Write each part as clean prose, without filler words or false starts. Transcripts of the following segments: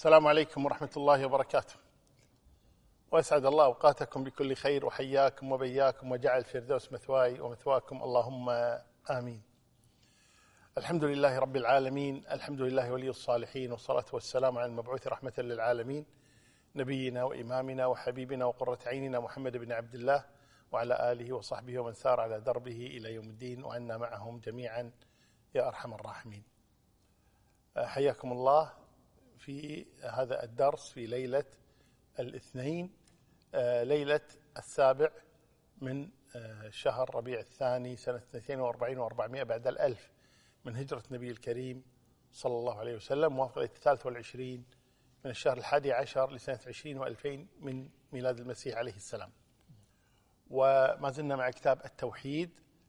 السلام عليكم ورحمة الله وبركاته، وأسعد الله أوقاتكم بكل خير، وحياكم وبياكم، وجعل الفردوس مثواي ومثواكم، اللهم آمين. الحمد لله رب العالمين، الحمد لله ولي الصالحين، والصلاة والسلام على المبعوث رحمة للعالمين، نبينا وإمامنا وحبيبنا وقرة عيننا محمد بن عبد الله، وعلى آله وصحبه ومن سار على دربه إلى يوم الدين، وعنا معهم جميعا يا أرحم الراحمين. حياكم الله في هذا الدرس في ليلة الاثنين، ليلة 7 من شهر ربيع الثاني سنة 42 و400 بعد الألف من هجرة النبي الكريم صلى الله عليه وسلم، موافق ليلة 23 من الشهر 11 لسنة 20 و2000 من ميلاد المسيح عليه السلام. وما زلنا مع كتاب التوحيد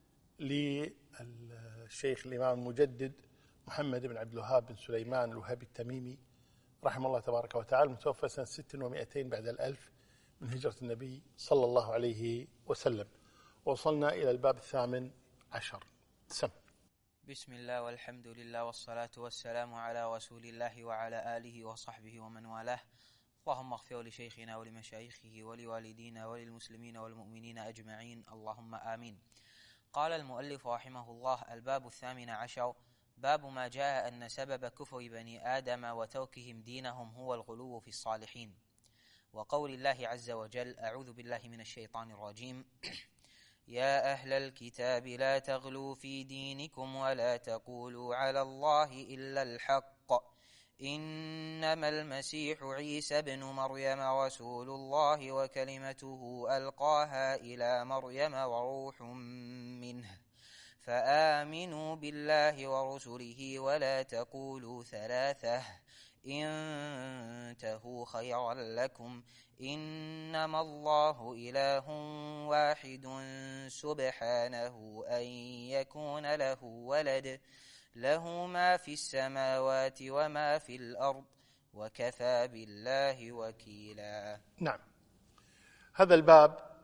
للشيخ الإمام المجدد محمد بن عبد الوهاب بن سليمان الوهابي التميمي رحمه الله تبارك وتعالى، متوفى سنة 600 بعد الألف من هجرة النبي صلى الله عليه وسلم. وصلنا إلى الباب 18. سم. بسم الله والحمد لله والصلاة والسلام على رسول الله وعلى آله وصحبه ومن والاه. اللهم اغفر لشيخنا ولمشايخه ولوالدينا وللمسلمين والمؤمنين أجمعين، اللهم آمين. قال المؤلف رحمه الله: الباب 18، باب ما جاء أن سبب كفر بني آدم وتركهم دينهم هو الغلو في الصالحين. وقول الله عز وجل: أعوذ بالله من الشيطان الرجيم: يا أهل الكتاب لا تغلوا في دينكم ولا تقولوا على الله إلا الحق، إنما المسيح عيسى بن مريم رسول الله وكلمته ألقاها إلى مريم وروح منه، فآمنوا بالله ورسله ولا تقولوا ثلاثة، انتهوا خيرا لكم، إنما الله إله واحد سبحانه أن يكون له ولد، له ما في السماوات وما في الأرض، وكفى بالله وكيلا. نعم، هذا الباب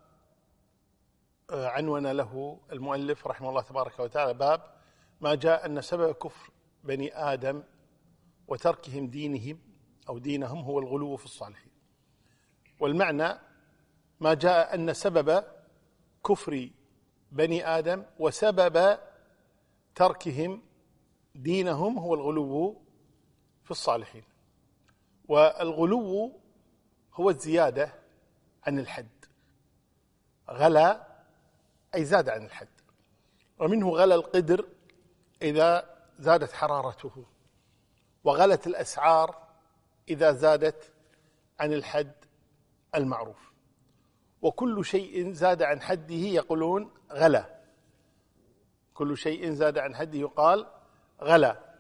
عنون له المؤلف رحمه الله تبارك وتعالى باب ما جاء أن سبب كفر بني آدم وتركهم دينهم هو الغلو في الصالحين. والمعنى ما جاء أن سبب كفر بني آدم وسبب تركهم دينهم هو الغلو في الصالحين. والغلو هو الزيادة عن الحد، غلا أي زاد عن الحد، ومنه غلا القدر إذا زادت حرارته، وغلت الأسعار إذا زادت عن الحد المعروف. وكل شيء زاد عن حده يقولون غلا، كل شيء زاد عن حده يقال غلا.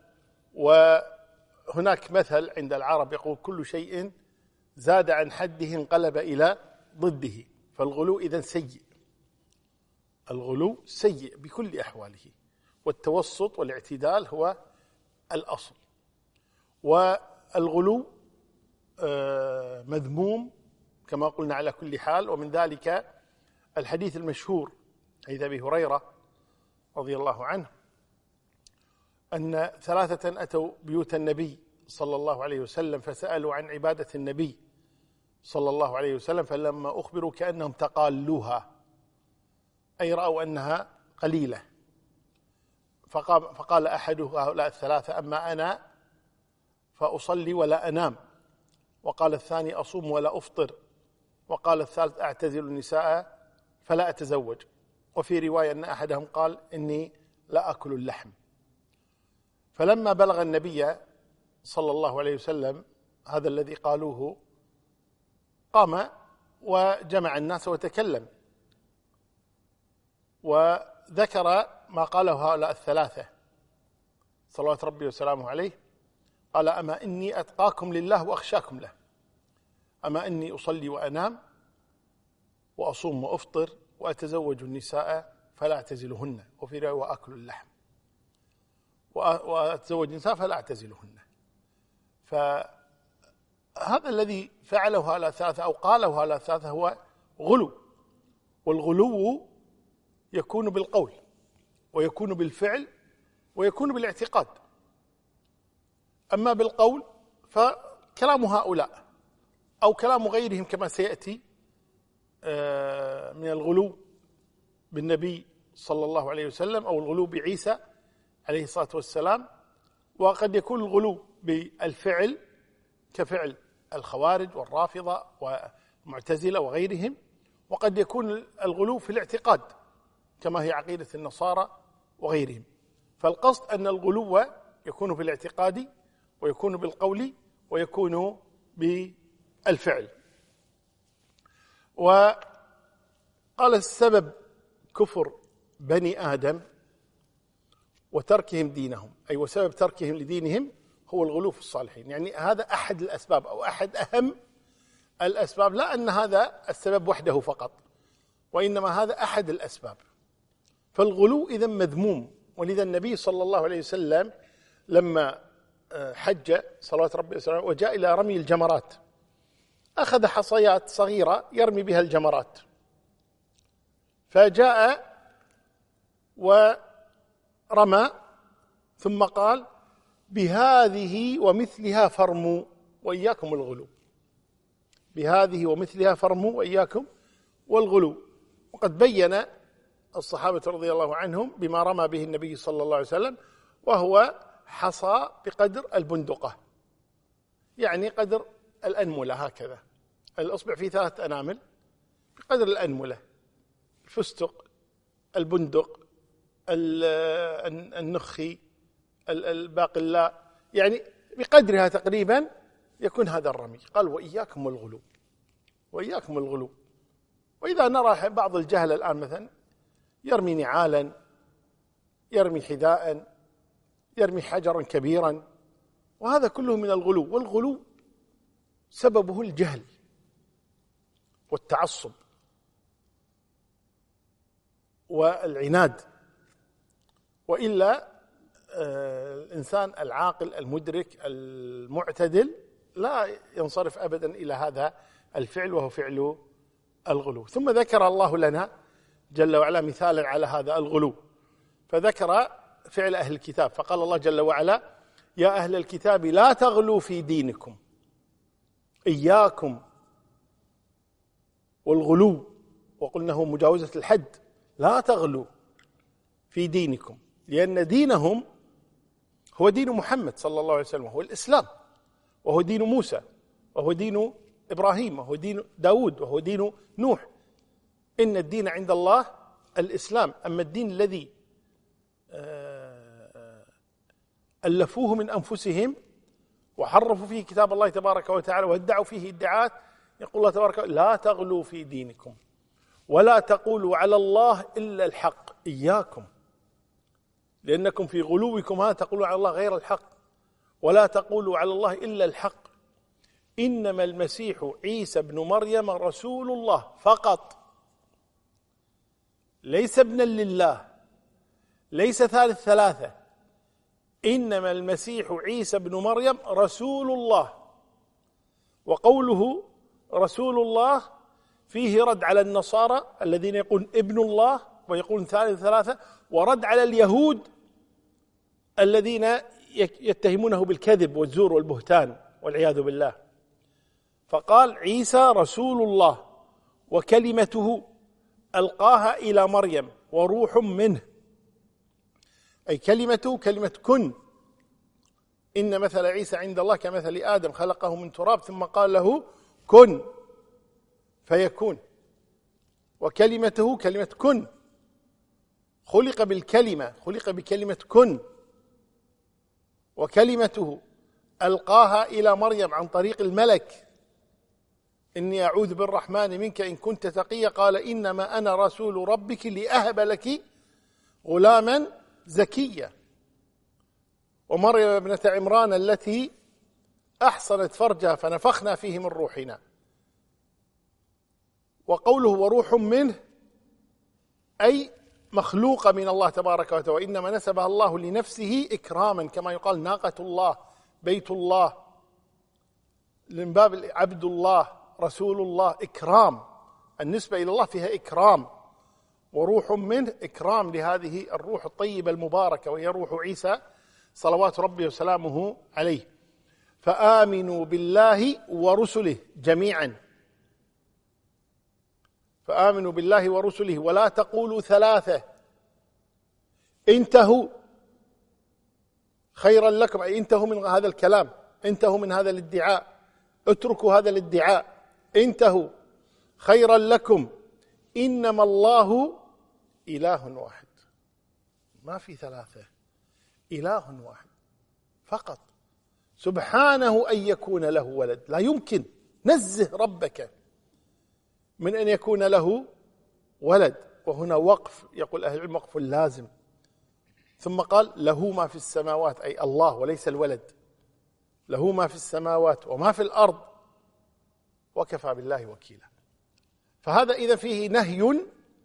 وهناك مثل عند العرب يقول: كل شيء زاد عن حده انقلب إلى ضده. فالغلو إذن سيء، الغلو سيء بكل أحواله، والتوسط والاعتدال هو الأصل. والغلو مذموم كما قلنا على كل حال. ومن ذلك الحديث المشهور حديث أبي هريرة رضي الله عنه أن 3 أتوا بيوت النبي صلى الله عليه وسلم فسألوا عن عبادة النبي صلى الله عليه وسلم، فلما أخبروا كأنهم تقالوها، أي رأوا أنها قليلة. فقال أحد هؤلاء 3: أما أنا فأصلي ولا أنام. وقال الثاني: أصوم ولا أفطر. وقال الثالث: أعتزل النساء فلا أتزوج. وفي رواية أن أحدهم قال: إني لا أكل اللحم. فلما بلغ النبي صلى الله عليه وسلم هذا الذي قالوه، قام وجمع الناس وتكلم، وذكر ما قاله هؤلاء 3 صلوات ربي وسلامه عليه. قال: أما إني أتقاكم لله وأخشاكم له، أما إني أصلي وأنام وأصوم وأفطر وأتزوج النساء فلا أعتزلهن. وفي رواية: وأكل اللحم، وأتزوج النساء فلا أعتزلهن. فهذا الذي فعله هؤلاء 3 أو قاله هؤلاء 3 هو غلو. والغلو يكون بالقول، ويكون بالفعل، ويكون بالاعتقاد. أما بالقول كلام هؤلاء أو كلام غيرهم كما سيأتي من الغلو بالنبي صلى الله عليه وسلم أو الغلو بعيسى عليه الصلاة والسلام. وقد يكون الغلو بالفعل كفعل الخوارج والرافضة والمعتزلة وغيرهم، وقد يكون الغلو في الاعتقاد كما هي عقيدة النصارى وغيرهم. فالقصد أن الغلو يكون في الاعتقاد ويكون بالقول ويكون بالفعل. وقال السبب كفر بني آدم وتركهم دينهم، أي وسبب تركهم لدينهم هو الغلو في الصالحين. يعني هذا أحد الأسباب أو أحد أهم الأسباب، لا أن هذا السبب وحده فقط، وإنما هذا أحد الأسباب. فالغلو إذن مذموم. ولذا النبي صلى الله عليه وسلم لما حج صلوات ربي وسلامه وجاء إلى رمي الجمرات أخذ حصيات صغيرة يرمي بها الجمرات، فجاء ورمى ثم قال بهذه ومثلها فرموا وإياكم الغلو، بهذه ومثلها فرموا وإياكم والغلو. وقد بين الصحابة رضي الله عنهم بما رمى به النبي صلى الله عليه وسلم، وهو حصى بقدر البندقة، يعني قدر الأنملة، هكذا الأصبع فيه 3 أنامل بقدر الأنملة، الفستق، البندق، النخي، الباقلاء، يعني بقدرها تقريبا يكون هذا الرمي. قال وإياكم الغلو، وإياكم الغلو. وإذا نرى بعض الجهل الآن مثلا يرمي نعالا، يرمي حذاء، يرمي حجرا كبيرا، وهذا كله من الغلو. والغلو سببه الجهل والتعصب والعناد، وإلا الإنسان العاقل المدرك المعتدل لا ينصرف أبدا إلى هذا الفعل، وهو فعل الغلو. ثم ذكر الله لنا جل وعلا مثالا على هذا الغلو، فذكر فعل أهل الكتاب، فقال الله جل وعلا يا أهل الكتاب لا تغلوا في دينكم، إياكم والغلو، وقلنا هو مجاوزة الحد، لا تغلوا في دينكم، لأن دينهم هو دين محمد صلى الله عليه وسلم، هو الإسلام، وهو دين موسى، وهو دين إبراهيم، وهو دين داود، وهو دين نوح. إن الدين عند الله الإسلام. أما الدين الذي ألفوه من أنفسهم وحرفوا فيه كتاب الله تبارك وتعالى وادعوا فيه ادعاءات، يقول الله تبارك وتعالى لا تغلوا في دينكم ولا تقولوا على الله إلا الحق، إياكم، لأنكم في غلوكم هذا تقولوا على الله غير الحق، ولا تقولوا على الله إلا الحق، إنما المسيح عيسى بن مريم رسول الله فقط، ليس ابنا لله، ليس ثالث ثلاثة، إنما المسيح عيسى بن مريم رسول الله. وقوله رسول الله فيه رد على النصارى الذين يقولون ابن الله ويقولون ثالث ثلاثة، ورد على اليهود الذين يتهمونه بالكذب والزور والبهتان والعياذ بالله. فقال عيسى رسول الله وكلمته ألقاها إلى مريم وروح منه، أي كلمته كلمة كن. إن مثل عيسى عند الله كمثل آدم خلقه من تراب ثم قال له كن فيكون، وكلمته كلمة كن، خلق بالكلمة، خلق بكلمة كن. وكلمته ألقاها إلى مريم عن طريق الملك، إني أعوذ بالرحمن منك إن كنت تقيا، قال إنما أنا رسول ربك لأهب لك غلاما زكيا. ومريم ابنة عمران التي أحصنت فرجها فنفخنا فيه من روحنا. وقوله وروح منه أي مخلوقة من الله تبارك وتعالى، وإنما نسبها الله لنفسه إكراما، كما يقال ناقة الله، بيت الله، من باب عبد الله، رسول الله، إكرام، النسبة إلى الله فيها إكرام. وروح منه إكرام لهذه الروح الطيبة المباركة، وهي روح عيسى صلوات ربي وسلامه عليه. فآمنوا بالله ورسله جميعا، فآمنوا بالله ورسله ولا تقولوا ثلاثة، انتهوا خيرا لكم، أي انتهوا من هذا الكلام، انتهوا من هذا الادعاء، اتركوا هذا الادعاء، انتهوا خيرا لكم، إنما الله إله واحد. ما في ثلاثة، إله واحد فقط، سبحانه أن يكون له ولد، لا يمكن، نزه ربك من أن يكون له ولد. وهنا وقف، يقول أهل العلم وقف لازم، ثم قال له ما في السماوات، أي الله وليس الولد، له ما في السماوات وما في الأرض وكفى بالله وكيلا. فهذا إذا فيه نهي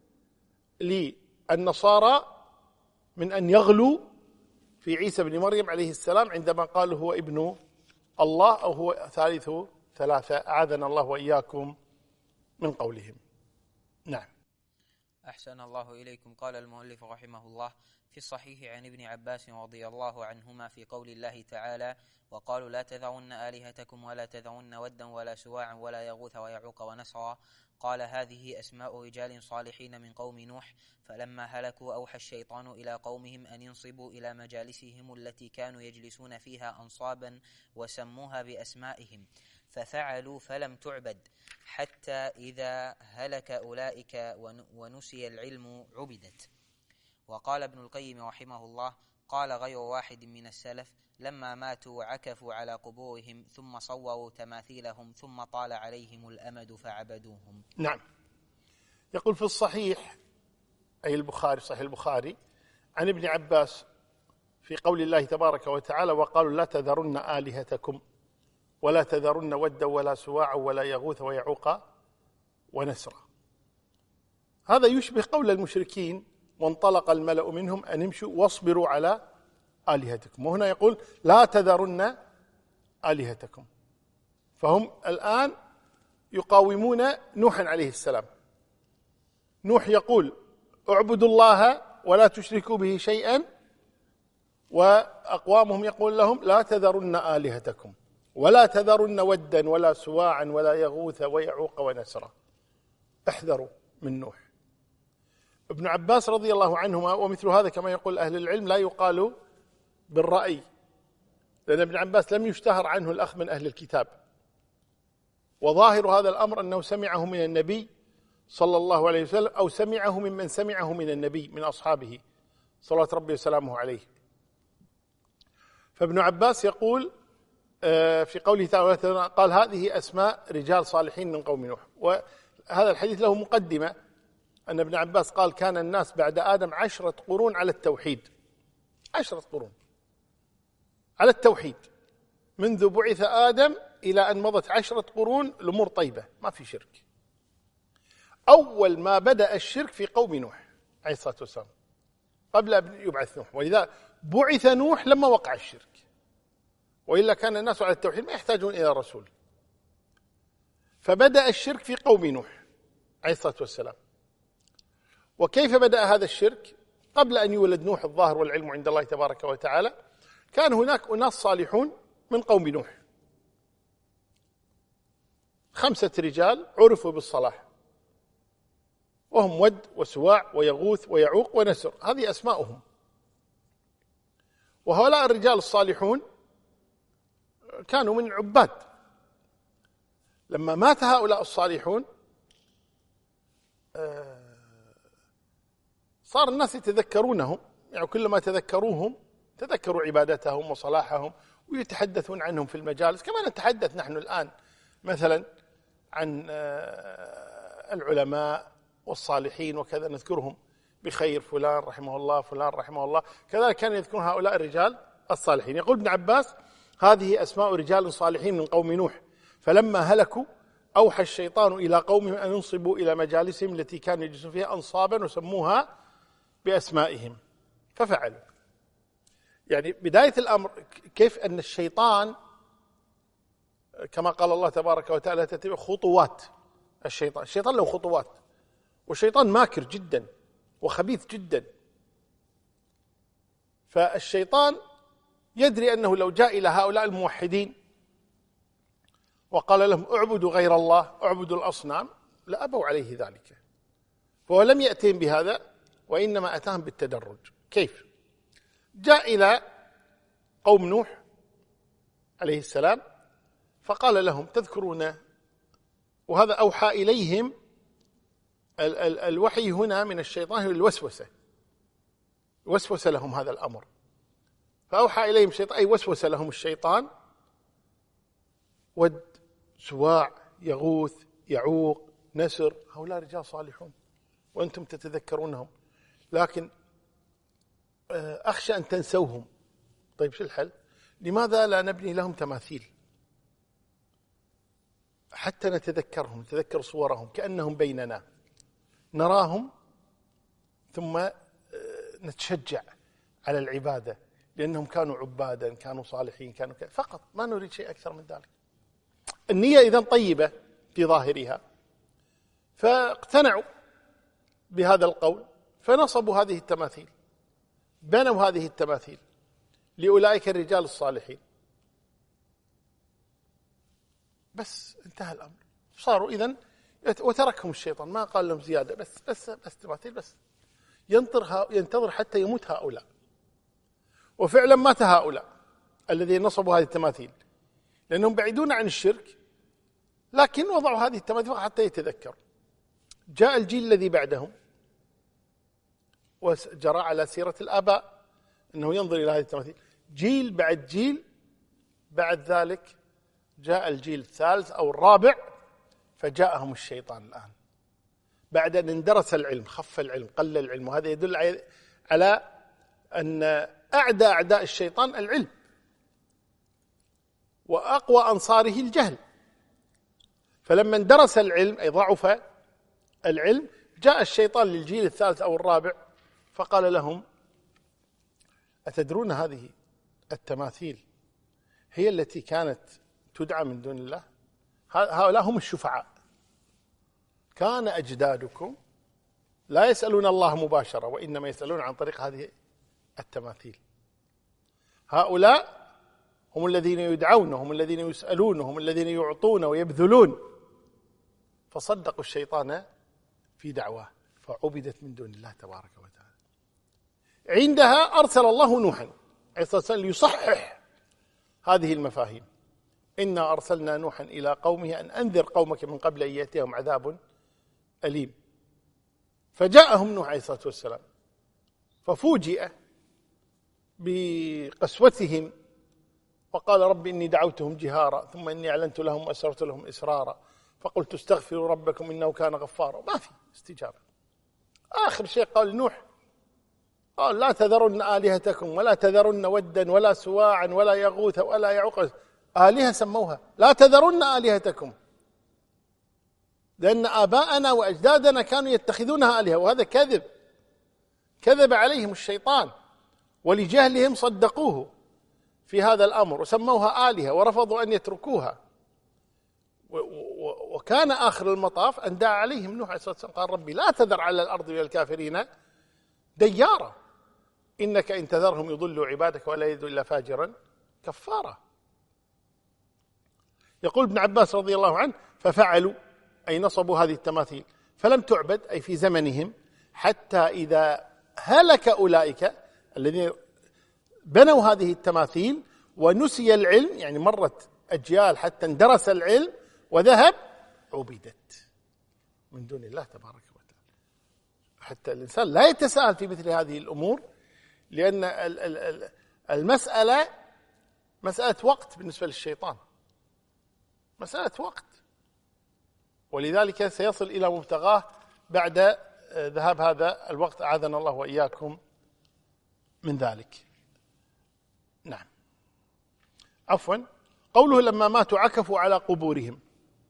للنصارى من أن يغلوا في عيسى بن مريم عليه السلام عندما قالوا هو ابن الله أو هو ثالث ثلاثة، أعاذنا الله وإياكم من قولهم. نعم. أحسن الله إليكم. قال المؤلف رحمه الله: في الصحيح عن ابن عباس رضي الله عنهما في قول الله تعالى: وقالوا لا تذرن آلهتكم ولا تذرن ودا ولا سواعا ولا يغوث ويعوق ونسرا، قال هذه أسماء رجال صالحين من قوم نوح، فلما هلكوا أوحى الشيطان إلى قومهم أن ينصبوا إلى مجالسهم التي كانوا يجلسون فيها أنصابا وسموها بأسمائهم، ففعلوا فلم تعبد، حتى إذا هلك أولئك ونسي العلم عبدت. وقال ابن القيم رحمه الله: قال غير واحد من السلف: لما ماتوا عكفوا على قبورهم ثم صوروا تماثيلهم ثم طال عليهم الأمد فعبدوهم. نعم. يقول في الصحيح، أي البخاري، صحيح البخاري، عن ابن عباس في قول الله تبارك وتعالى: وقالوا لا تذرن آلهتكم ولا تذرن ودا ولا سواعا ولا يغوث ويعوق ونسرا. هذا يشبه قول المشركين: وانطلق الملأ منهم أن امشوا واصبروا على آلهتكم. وهنا يقول لا تذرن آلهتكم، فهم الآن يقاومون نوحا عليه السلام. نوح يقول اعبدوا الله ولا تشركوا به شيئا، وأقوامهم يقول لهم لا تذرن آلهتكم ولا تذرن ودا ولا سواعا ولا يغوث ويعوق ونسرا، احذروا من نوح. ابن عباس رضي الله عنهما، ومثل هذا كما يقول أهل العلم لا يقال بالرأي، لأن ابن عباس لم يشتهر عنه الأخذ من أهل الكتاب، وظاهر هذا الأمر أنه سمعه من النبي صلى الله عليه وسلم، أو سمعه ممن سمعه من النبي من أصحابه صلوات ربي وسلامه عليه. فابن عباس يقول في قوله تعالى قال هذه أسماء رجال صالحين من قوم نوح. وهذا الحديث له مقدمة، أن ابن عباس قال كان الناس بعد آدم 10 قرون على التوحيد، 10 قرون على التوحيد، منذ بعث آدم إلى أن مضت 10 قرون الأمور طيبة، ما في شرك. أول ما بدأ الشرك في قوم نوح عليه الصلاة والسلام قبل أن يبعث نوح، ولذا بعث نوح لما وقع الشرك، وإلا كان الناس على التوحيد ما يحتاجون إلى رسول. فبدأ الشرك في قوم نوح عليه الصلاة والسلام. وكيف بدأ هذا الشرك؟ قبل أن يولد نوح الظاهر والعلم عند الله تبارك وتعالى، كان هناك أناس صالحون من قوم نوح، 5 رجال عرفوا بالصلاح، وهم ود وسواع ويغوث ويعوق ونسر، هذه أسماؤهم. وهؤلاء الرجال الصالحون كانوا من عباد. لما مات هؤلاء الصالحون صار الناس يتذكرونهم، يعني كلما تذكروهم تذكروا عبادتهم وصلاحهم، ويتحدثون عنهم في المجالس كما نتحدث نحن الآن مثلا عن العلماء والصالحين وكذا، نذكرهم بخير، فلان رحمه الله فلان رحمه الله، كذلك كانوا يذكرون هؤلاء الرجال الصالحين. يقول ابن عباس هذه أسماء رجال صالحين من قوم نوح، فلما هلكوا أوحى الشيطان إلى قومهم أن ينصبوا إلى مجالسهم التي كانوا يجلسون فيها أنصابا وسموها بأسمائهم ففعلوا. يعني بداية الأمر كيف أن الشيطان كما قال الله تبارك وتعالى تتبع خطوات الشيطان له خطوات، والشيطان ماكر جدا وخبيث جدا. فالشيطان يدري أنه لو جاء إلى هؤلاء الموحدين وقال لهم اعبدوا غير الله، اعبدوا الأصنام، لأبوا عليه ذلك. فهو لم يأتهم بهذا، وإنما أتاهم بالتدرج. كيف؟ جاء إلى قوم نوح عليه السلام فقال لهم تذكرون، وهذا أوحى إليهم الوحي هنا من الشيطان الوسوسة، وسوس لهم هذا الأمر، فأوحى إليهم الشيطان، أي وسوس لهم الشيطان: ود، سواع، يغوث، يعوق، نسر، هؤلاء رجال صالحون وأنتم تتذكرونهم، لكن أخشى أن تنسوهم. طيب شو الحل؟ لماذا لا نبني لهم تماثيل حتى نتذكرهم، نتذكر صورهم كأنهم بيننا، نراهم ثم نتشجع على العبادة، لأنهم كانوا عبادا، كانوا صالحين، كانوا فقط، ما نريد شيء أكثر من ذلك. النية إذن طيبة في ظاهرها، فاقتنعوا بهذا القول فنصبوا هذه التماثيل، بنوا هذه التماثيل لأولئك الرجال الصالحين، بس انتهى الأمر. صاروا إذن، وتركهم الشيطان، ما قال لهم زيادة، بس تماثيل، بس ينتظر حتى يموت هؤلاء. وفعلا مات هؤلاء الذين نصبوا هذه التماثيل، لأنهم بعيدون عن الشرك، لكن وضعوا هذه التماثيل حتى يتذكروا. جاء الجيل الذي بعدهم وجرى على سيرة الآباء أنه ينظر إلى هذه التماثيل، جيل بعد جيل، بعد ذلك جاء الجيل الثالث أو الرابع، فجاءهم الشيطان الآن بعد أن اندرس العلم، خف العلم، قل العلم. وهذا يدل على أن أعداء الشيطان العلم، وأقوى أنصاره الجهل. فلما اندرس العلم أي ضعف العلم، جاء الشيطان للجيل الثالث أو الرابع فقال لهم: أتدرون هذه التماثيل هي التي كانت تدعى من دون الله؟ هؤلاء هم الشفعاء. كان أجدادكم لا يسألون الله مباشرة، وإنما يسألون عن طريق هذه التماثيل. هؤلاء هم الذين يدعون، هم الذين يسألون، هم الذين يعطون ويبذلون، فصدقوا الشيطان في دعواه فعبدت من دون الله تبارك وتعالى. عندها أرسل الله نوحا عليه الصلاة والسلام ليصحح هذه المفاهيم: إنا أرسلنا نوحا إلى قومه أن أنذر قومك من قبل أن يأتيهم عذاب أليم. فجاءهم نوح عليه الصلاة والسلام ففوجئ بقسوتهم، وقال: رب إني دعوتهم جهارا ثم إني أعلنت لهم وأسررت لهم إسرارا فقلت استغفروا ربكم إنه كان غفارا. ما في استجابة. آخر شيء قال نوح، قال: لا تذرن آلهتكم ولا تذرن ودا ولا سواعا ولا يغوث ولا يعوق. آلهة سموها، لا تذرن آلهتكم، لأن آباءنا وأجدادنا كانوا يتخذونها آلهة، وهذا كذب عليهم الشيطان، ولجهلهم صدقوه في هذا الأمر وسموها آلهة ورفضوا أن يتركوها. وكان آخر المطاف أن دعا عليهم نوح عليه الصلاة والسلام، قال: ربي لا تذر على الأرض من الكافرين ديارا إنك إن تذرهم يضلوا عبادك ولا يلدوا إلا فاجرا كفارا. يقول ابن عباس رضي الله عنه: ففعلوا أي نصبوا هذه التماثيل فلم تعبد أي في زمنهم، حتى إذا هلك أولئك الذين بنوا هذه التماثيل ونسي العلم، يعني مرت أجيال حتى اندرس العلم وذهب، عبدت من دون الله تبارك وتعالى. حتى الإنسان لا يتساهل في مثل هذه الأمور، لأن المسألة مسألة وقت بالنسبة للشيطان، مسألة وقت، ولذلك سيصل إلى مبتغاه بعد ذهاب هذا الوقت، أعاذنا الله وإياكم من ذلك. نعم. عفوا، قوله لما ماتوا عكفوا على قبورهم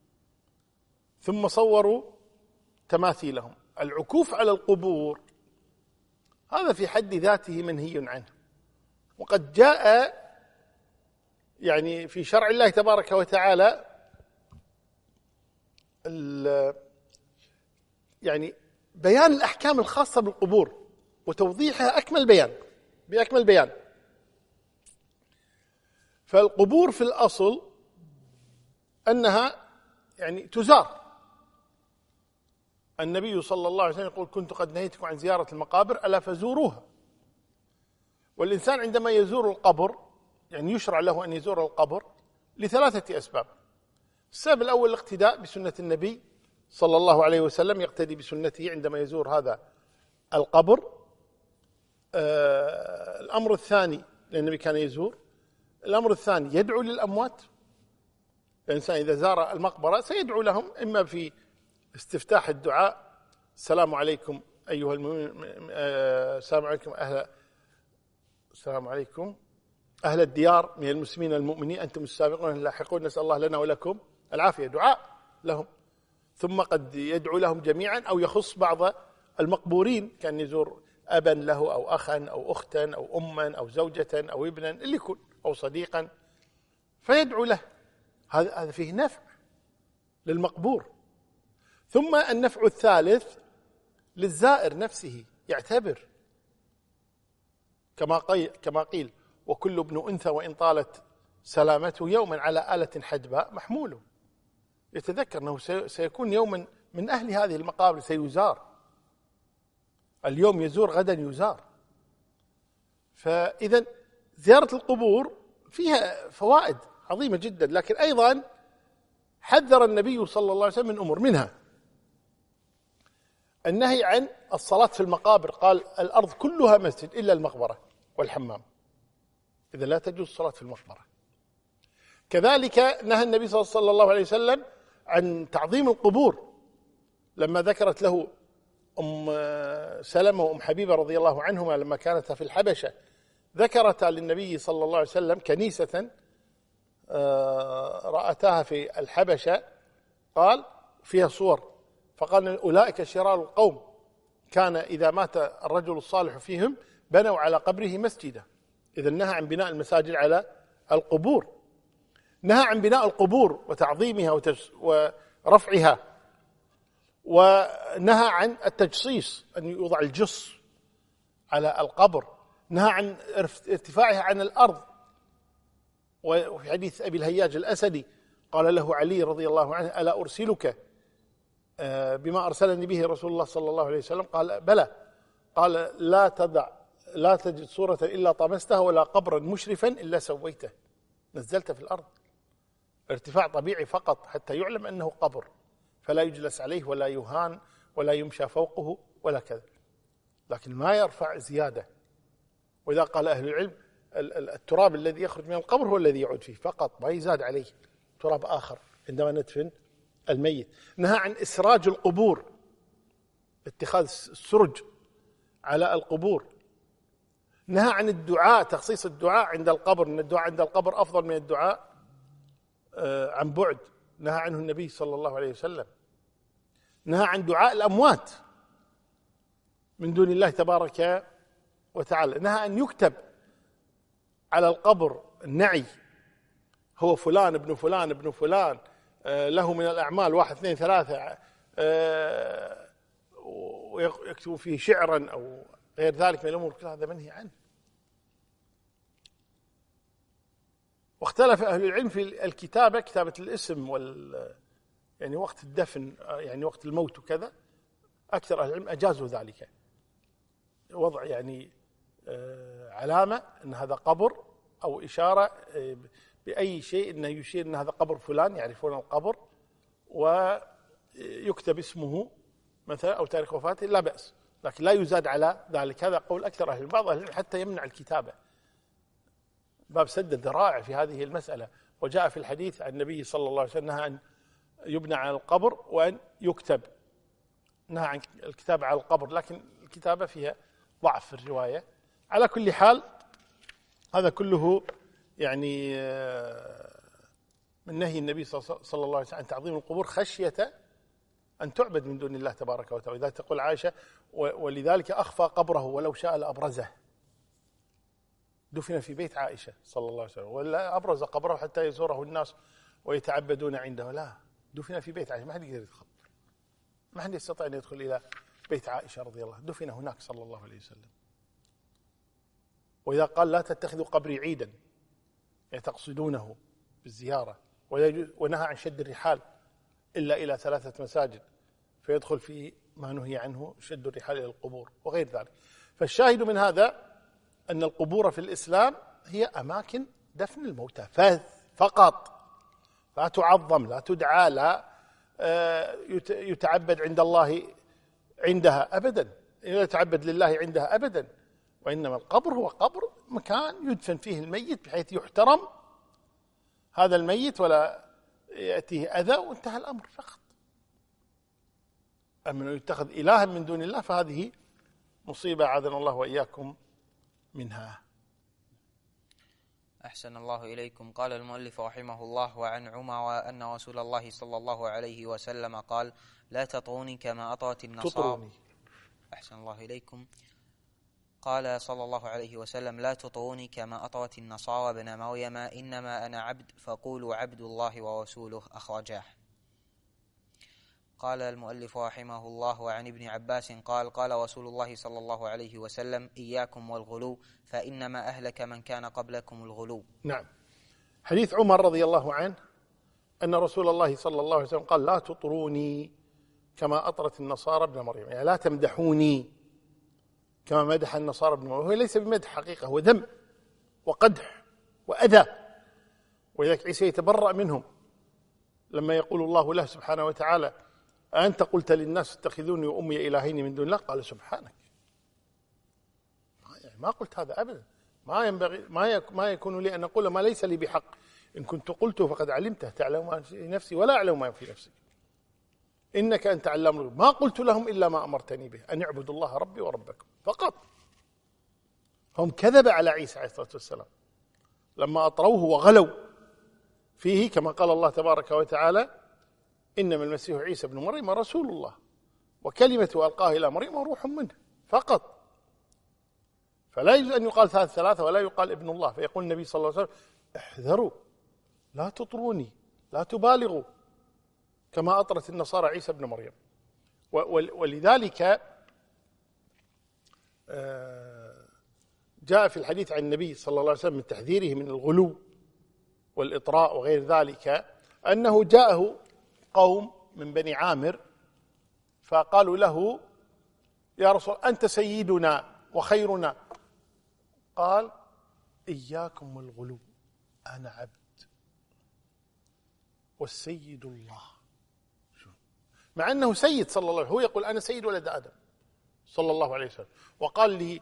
ثم صوروا تماثيلهم. العكوف على القبور هذا في حد ذاته منهي عنه، وقد جاء يعني في شرع الله تبارك وتعالى يعني بيان الأحكام الخاصة بالقبور وتوضيحها بأكمل بيان. فالقبور في الأصل أنها يعني تزار. النبي صلى الله عليه وسلم يقول كنت قد نهيتكم عن زيارة المقابر ألا فزوروها. والإنسان عندما يزور القبر يعني يشرع له أن يزور القبر لثلاثة أسباب. السبب الأول الاقتداء بسنة النبي صلى الله عليه وسلم، يقتدي بسنته عندما يزور هذا القبر. الأمر الثاني، لأن النبي كان يزور. الأمر الثاني يدعو للأموات. الإنسان إذا زار المقبرة سيدعو لهم، إما في استفتاح الدعاء السلام عليكم أيها المؤمنون، السلام عليكم أهل الديار من المسلمين المؤمنين أنتم السابقون اللاحقون نسأل الله لنا ولكم العافية، دعاء لهم. ثم قد يدعو لهم جميعا أو يخص بعض المقبورين، كان يزور أبا له أو أخا أو أختا أو أما أو زوجة أو ابنا اللي يكون أو صديقا فيدعو له. هذا فيه نفع للمقبور. ثم النفع الثالث للزائر نفسه، يعتبر كما قيل وكل ابن أنثى وإن طالت سلامته يوما على آلة حدباء محموله. يتذكر أنه سيكون يوما من أهل هذه المقابر، سيزار. اليوم يزور غدا يزار. فإذا زيارة القبور فيها فوائد عظيمة جدا، لكن أيضا حذر النبي صلى الله عليه وسلم من أمور، منها النهي عن الصلاة في المقابر. قال الأرض كلها مسجد إلا المقبرة والحمام، إذا لا تجوز الصلاة في المقبرة. كذلك نهى النبي صلى الله عليه وسلم عن تعظيم القبور، لما ذكرت له أم سلمة وأم حبيبة رضي الله عنهما لما كانتا في الحبشة، ذكرتا للنبي صلى الله عليه وسلم كنيسة رأتها في الحبشة، قال فيها صور، فقال أولئك شرار القوم، كان إذا مات الرجل الصالح فيهم بنوا على قبره مسجدا. إذا نهى عن بناء المساجد على القبور، نهى عن بناء القبور وتعظيمها ورفعها، ونهى عن التجصيص، أن يوضع الجص على القبر، نهى عن ارتفاعها عن الأرض. وفي حديث أبي الهياج الأسدي قال له علي رضي الله عنه ألا أرسلك بما أرسلني به رسول الله صلى الله عليه وسلم؟ قال بلى. قال لا تجد صورة إلا طمستها ولا قبرا مشرفا إلا سويته. نزلت في الأرض ارتفاع طبيعي فقط حتى يعلم أنه قبر، فلا يجلس عليه ولا يهان ولا يمشى فوقه ولا كذا، لكن ما يرفع زيادة. وإذا قال أهل العلم التراب الذي يخرج من القبر هو الذي يعود فيه فقط، ما يزاد عليه تراب آخر عندما ندفن الميت. نهى عن إسراج القبور، اتخاذ السرج على القبور. نهى عن الدعاء، تخصيص الدعاء عند القبر، ان الدعاء عند القبر افضل من الدعاء عن بعد، نهى عنه النبي صلى الله عليه وسلم. نهى عن دعاء الاموات من دون الله تبارك وتعالى. نهى ان يكتب على القبر النعي، هو فلان ابن فلان ابن فلان، له من الاعمال 1 2 3، ويكتب فيه شعرا او غير ذلك من الأمور، كل هذا منهي عنه. واختلف أهل العلم في الكتابة، كتابة الاسم يعني وقت الدفن، يعني وقت الموت وكذا. أكثر أهل العلم أجازوا ذلك، وضع يعني علامة أن هذا قبر أو إشارة بأي شيء أنه يشير أن هذا قبر فلان، يعرفون القبر، ويكتب اسمه مثلا أو تاريخ وفاته، لا بأس، لكن لا يزاد على ذلك. هذا قول أكثر أهل العلم. بعض أهل العلم حتى يمنع الكتابة، باب سد الذرائع في هذه المسألة. وجاء في الحديث عن النبي صلى الله عليه وسلم نهى أن يبنى على القبر وأن يكتب، نهى عن الكتابة على القبر، لكن الكتابة فيها ضعف في الرواية. على كل حال هذا كله يعني من نهي النبي صلى الله عليه وسلم عن تعظيم القبور خشية أن تعبد من دون الله تبارك وتعالى. إذا تقول عائشة ولذلك أخفى قبره ولو شاء لأبرزه، دفن في بيت عائشة صلى الله عليه وسلم، ولا أبرز قبره حتى يزوره الناس ويتعبدون عنده، لا، دفن في بيت عائشة، ما حد يقدر يدخل، ما حد يستطيع أن يدخل إلى بيت عائشة رضي الله عنها، دفن هناك صلى الله عليه وسلم. وإذا قال لا تتخذوا قبري عيدا، يعني تقصدونه بالزيارة، ونهى عن شد الرحال إلا إلى 3 مساجد، فيدخل في ما نهي عنه شد الرحال إلى القبور وغير ذلك. فالشاهد من هذا أن القبور في الإسلام هي أماكن دفن الموتى فقط، لا تعظم، لا تدعى، لا يتعبد عند الله عندها أبدا، لا يتعبد لله عندها أبدا، وإنما القبر هو قبر مكان يدفن فيه الميت بحيث يحترم هذا الميت ولا يأتيه أذى وانتهى الأمر فقط. أما يتخذ إلها من دون الله فهذه مصيبة عاذنا الله وإياكم منها. أحسن الله إليكم. قال المؤلف رحمه الله: وعن عمر أن رسول الله صلى الله عليه وسلم قال: لا تطروني كما أطرت النصارى. أحسن الله إليكم. قال صلى الله عليه وسلم: لا تطروني كما أطرت النصارى ابن مريم، إنما أنا عبد فقولوا عبد الله ورسوله. أخرجاه. قال المؤلف رحمه الله: وعن ابن عباس قال: قال رسول الله صلى الله عليه وسلم: إياكم والغلو فإنما أهلك من كان قبلكم الغلو. نعم. حديث عمر رضي الله عنه أن رسول الله صلى الله عليه وسلم قال: لا تطروني كما أطرت النصارى ابن مريم، يعني لا تمدحوني كما مدح النصارى ابن مريم. هو ليس بمدح حقيقة، هو ذم وقدح وأذى، ولذلك عيسى يتبرأ منهم لما يقول الله له سبحانه وتعالى: أنت قلت للناس اتخذوني وأمي إلهين من دون الله؟ قال: سبحانك، ما قلت هذا أبدا، ما ينبغي، ما يكون لي أن أقول ما ليس لي بحق، إن كنت قلته فقد علمته، تعلم ما في نفسي ولا أعلم ما في نفسك، إنك أنت علام الغيوب. ما قلت لهم إلا ما أمرتني به، أن اعبدوا الله ربي وربكم فقط. هم كذب على عيسى عليه الصلاة والسلام لما أطروه وغلوا فيه، كما قال الله تبارك وتعالى: إنما المسيح عيسى بن مريم رسول الله وكلمته ألقاها إلى مريم وروح منه فقط. فلا يجوز أن يقال ثلاثة ولا يقال ابن الله. فيقول النبي صلى الله عليه وسلم: احذروا، لا تطروني، لا تبالغوا كما أطرت النصارى عيسى بن مريم. ولذلك جاء في الحديث عن النبي صلى الله عليه وسلم من تحذيره من الغلو والإطراء وغير ذلك، أنه جاءه قوم من بني عامر فقالوا له: يا رسول أنت سيدنا وخيرنا. قال: إياكم والغلو، أنا عبد والسيد الله. مع أنه سيد صلى الله عليه وسلم، هو يقول: أنا سيد ولد آدم صلى الله عليه وسلم. وقال لي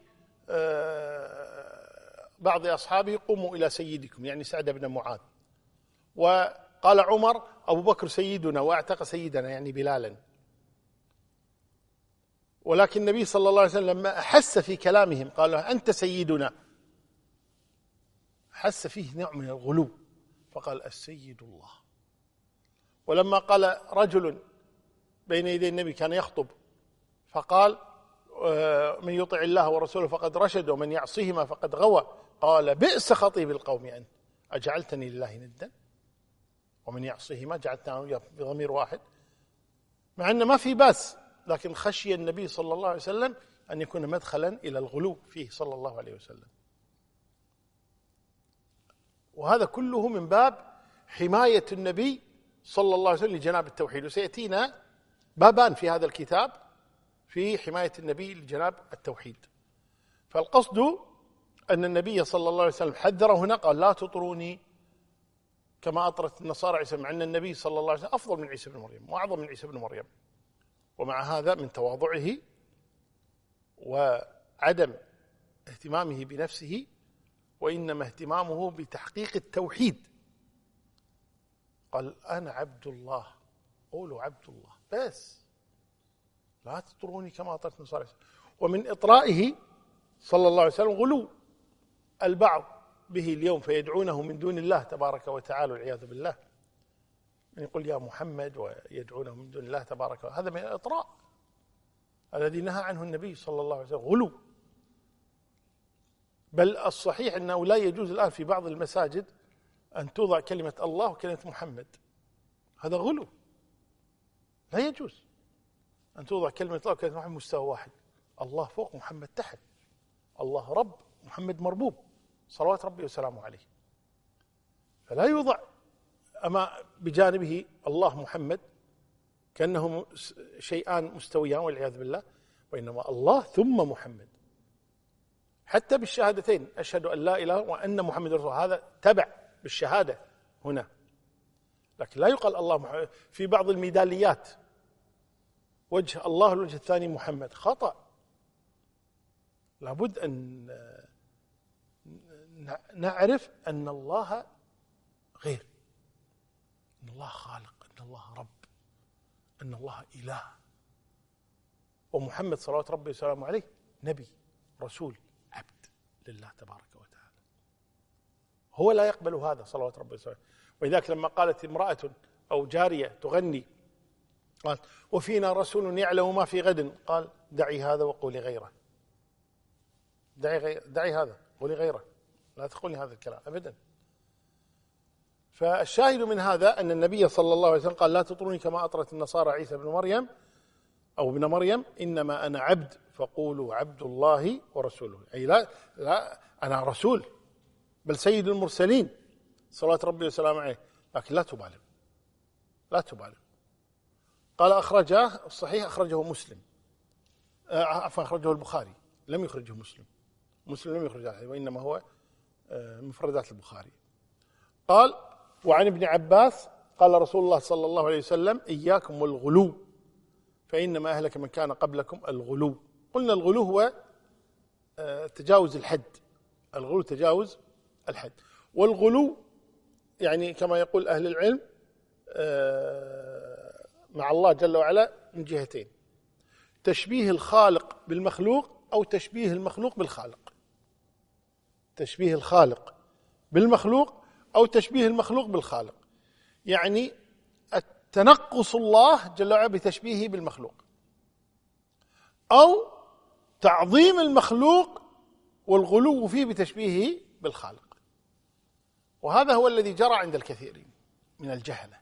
بعض أصحابه: قوموا إلى سيدكم، يعني سعد بن معاذ. وقال عمر: أبو بكر سيدنا واعتق سيدنا، يعني بلالا. ولكن النبي صلى الله عليه وسلم لما أحس في كلامهم قال له: أنت سيدنا، حس فيه نوع من الغلو فقال: السيد الله. ولما قال رجل بين يدي النبي كان يخطب فقال: من يطع الله ورسوله فقد رشد ومن يعصيهما فقد غوى، قال: بئس خطيب القوم أنت، أجعلتني لله ندا ومن يعصيهما جعلتني بضمير واحد. مع أن ما في بأس، لكن خشي النبي صلى الله عليه وسلم أن يكون مدخلا إلى الغلو فيه صلى الله عليه وسلم. وهذا كله من باب حماية النبي صلى الله عليه وسلم لجناب التوحيد. وسيأتينا بابان في هذا الكتاب في حماية النبي لجناب التوحيد. فالقصد أن النبي صلى الله عليه وسلم حذر هنا، قال: لا تطروني كما أطرت النصارى عيسى، مع أن النبي صلى الله عليه وسلم أفضل من عيسى بن مريم وأعظم من عيسى بن مريم، ومع هذا من تواضعه وعدم اهتمامه بنفسه، وإنما اهتمامه بتحقيق التوحيد، قال: أنا عبد الله، قولوا عبد الله بس، لا تطروني كما أطرت النصارى. ومن إطرائه صلى الله عليه وسلم غلو البعض به اليوم، فيدعونه من دون الله تبارك وتعالى والعياذ بالله، من يقول يا محمد ويدعونه من دون الله تبارك وتعالى. هذا من الإطراء الذي نهى عنه النبي صلى الله عليه وسلم، غلو. بل الصحيح أنه لا يجوز الآن في بعض المساجد أن توضع كلمة الله وكلمة محمد، هذا غلو. لا يجوز أن توضع كلمة الله وكلمة محمد مستوى واحد، الله فوق محمد تحت، الله رب محمد مربوب صلوات ربي وسلامه عليه. فلا يوضع أما بجانبه الله محمد كأنهم شيئان مستويان والعياذ بالله، وإنما الله ثم محمد. حتى بالشهادتين أشهد أن لا إله وأن محمد رسول الله، هذا تبع بالشهادة هنا، لكن لا يقال الله محمد. في بعض الميداليات وجه الله الوجه الثاني محمد، خطأ. لابد أن نعرف أن الله غير، أن الله خالق، أن الله رب، أن الله إله، ومحمد صلوات ربي وسلامه عليه نبي رسول عبد لله تبارك وتعالى. هو لا يقبل هذا صلوات ربي وسلامه. ولذلك لما قالت امرأة أو جارية تغني قال وفينا رسول يعلم ما في غد، قال دعي هذا وقولي غيره. دعي هذا قولي غيره، لا تقولي هذا الكلام أبدا. فالشاهد من هذا أن النبي صلى الله عليه وسلم قال لا تطروني كما أطرت النصارى عيسى بن مريم أو ابن مريم، إنما أنا عبد فقولوا عبد الله ورسوله. أي لا أنا رسول، بل سيد المرسلين صلوات ربي وسلامه عليه، لكن لا تبالغ، لا تبالغ. قال أخرجه الصحيح، أخرجه مسلم، عفوا أخرجه البخاري، لم يخرجه مسلم. مسلم لم يخرجه، وإنما هو مفردات البخاري. قال وعن ابن عباس قال رسول الله صلى الله عليه وسلم إياكم والغلو فإنما أهلك من كان قبلكم الغلو. قلنا الغلو هو تجاوز الحد، الغلو تجاوز الحد. والغلو يعني كما يقول أهل العلم مع الله جل وعلا من جهتين: تشبيه الخالق بالمخلوق أو تشبيه المخلوق بالخالق. تشبيه الخالق بالمخلوق أو تشبيه المخلوق بالخالق، يعني التنقص الله جل وعلا بتشبيهه بالمخلوق، أو تعظيم المخلوق والغلو فيه بتشبيهه بالخالق. وهذا هو الذي جرى عند الكثيرين من الجهلة.